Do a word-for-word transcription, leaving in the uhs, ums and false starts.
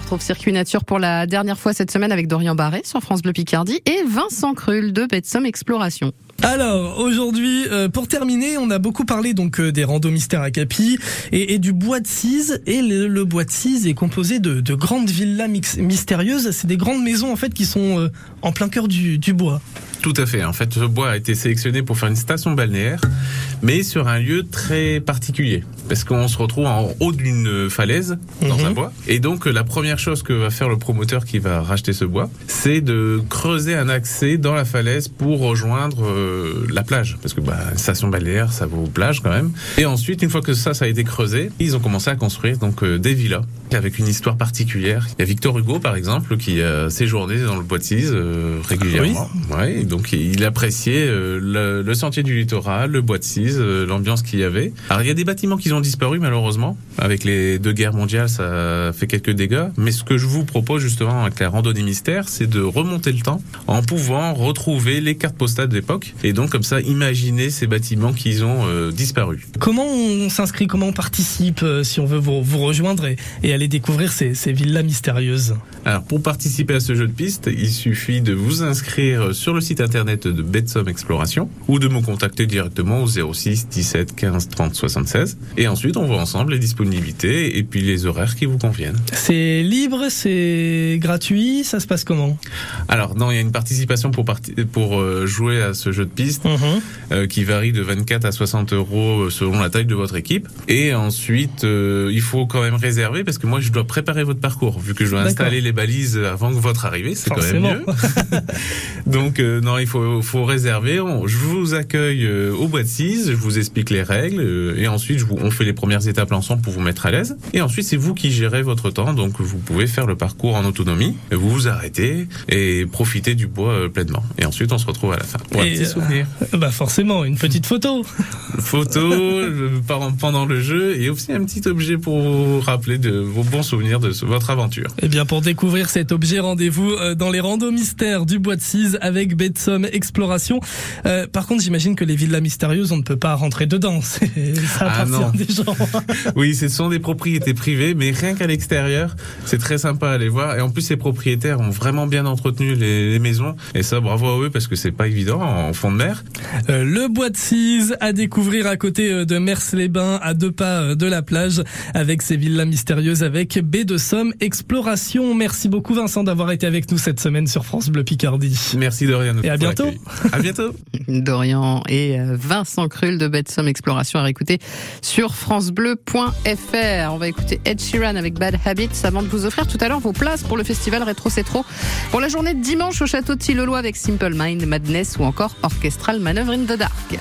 retrouve Circuit Nature pour la dernière fois cette semaine avec Dorian Barré sur France Bleu Picardie et Vincent Krull de Betsome Exploration. Alors aujourd'hui, euh, pour terminer, on a beaucoup parlé donc euh, des randos mystères à Capi et, et du bois de Cise. Et le, le bois de Cise est composé de, de grandes villas mix, mystérieuses. C'est des grandes maisons en fait qui sont euh, en plein cœur du, du bois. Tout à fait. En fait, ce bois a été sélectionné pour faire une station balnéaire, mais sur un lieu très particulier. Parce qu'on se retrouve en haut d'une falaise, dans mmh. un bois. Et donc, la première chose que va faire le promoteur qui va racheter ce bois, c'est de creuser un accès dans la falaise pour rejoindre euh, la plage. Parce que, bah, une station balnéaire, ça vaut plage quand même. Et ensuite, une fois que ça, ça a été creusé, ils ont commencé à construire donc euh, des villas avec une histoire particulière. Il y a Victor Hugo, par exemple, qui a séjourné dans le bois de Cise euh, régulièrement. Oui. Ouais, donc, il appréciait euh, le, le sentier du littoral, le bois de Cise, euh, l'ambiance qu'il y avait. Alors, il y a des bâtiments qui ont disparu, malheureusement. Avec les deux guerres mondiales, ça fait quelques dégâts. Mais ce que je vous propose, justement, avec la randonnée mystère, c'est de remonter le temps en pouvant retrouver les cartes postales de l'époque. Et donc, comme ça, imaginer ces bâtiments qui ont euh, disparu. Comment on s'inscrit, comment on participe euh, si on veut vous, vous rejoindre et, et aller découvrir ces, ces villas mystérieuses? Alors, pour participer à ce jeu de piste, il suffit de vous inscrire sur le site internet de Betsome Exploration ou de me contacter directement au zéro six dix-sept quinze trente soixante-seize. Et ensuite, on voit ensemble les disponibilités et puis les horaires qui vous conviennent. C'est libre, c'est gratuit, ça se passe comment? Alors, non, il y a une participation pour, parti- pour euh, jouer à ce jeu de piste mmh. euh, qui varie de vingt-quatre à soixante euros selon la taille de votre équipe. Et ensuite, euh, il faut quand même réserver parce que moi, je dois préparer votre parcours vu que je dois D'accord. installer les balises avant que votre arrivée. C'est Forcément. quand même mieux. Donc, euh, non, il faut, faut réserver. On, je vous accueille euh, au bois de Cise, je vous explique les règles euh, et ensuite, je vous, on fait les premières étapes ensemble pour vous mettre à l'aise. Et ensuite, c'est vous qui gérez votre temps. Donc, vous pouvez faire le parcours en autonomie. Vous vous arrêtez et profitez du bois euh, pleinement. Et ensuite, on se retrouve à la fin pour et un petit souvenir. Euh, bah forcément, une petite photo. Photo euh, pendant le jeu et aussi un petit objet pour vous rappeler de vos bons souvenirs de votre aventure. Et bien, pour découvrir cet objet, rendez-vous dans les randos mystères du bois de Cise avec Betsome Exploration. Euh, par contre, j'imagine que les villas mystérieuses, on ne peut pas rentrer dedans. C'est, ça appartient ah des gens. Oui, ce sont des propriétés privées, mais rien qu'à l'extérieur, c'est très sympa à aller voir. Et en plus, les propriétaires ont vraiment bien entretenu les, les maisons. Et ça, bravo à eux, parce que c'est pas évident en fond de mer. Euh, le bois de Cise à découvrir à côté de Mers-les-Bains, à deux pas de la plage, avec ces villas mystérieuses, avec Betsome Exploration. Merci beaucoup, Vincent, d'avoir été avec nous cette semaine sur France Bleu Picardie. Merci, Dorian. Et à bientôt. À bientôt. Dorian et Vincent Krull de Betsome Exploration à réécouter sur francebleu point f r. On va écouter Ed Sheeran avec Bad Habits avant de vous offrir tout à l'heure vos places pour le festival Rétro C'est Trop pour la journée de dimanche au château de Tilleloy avec Simple Mind, Madness ou encore Orchestral Manoeuvre in the Dark.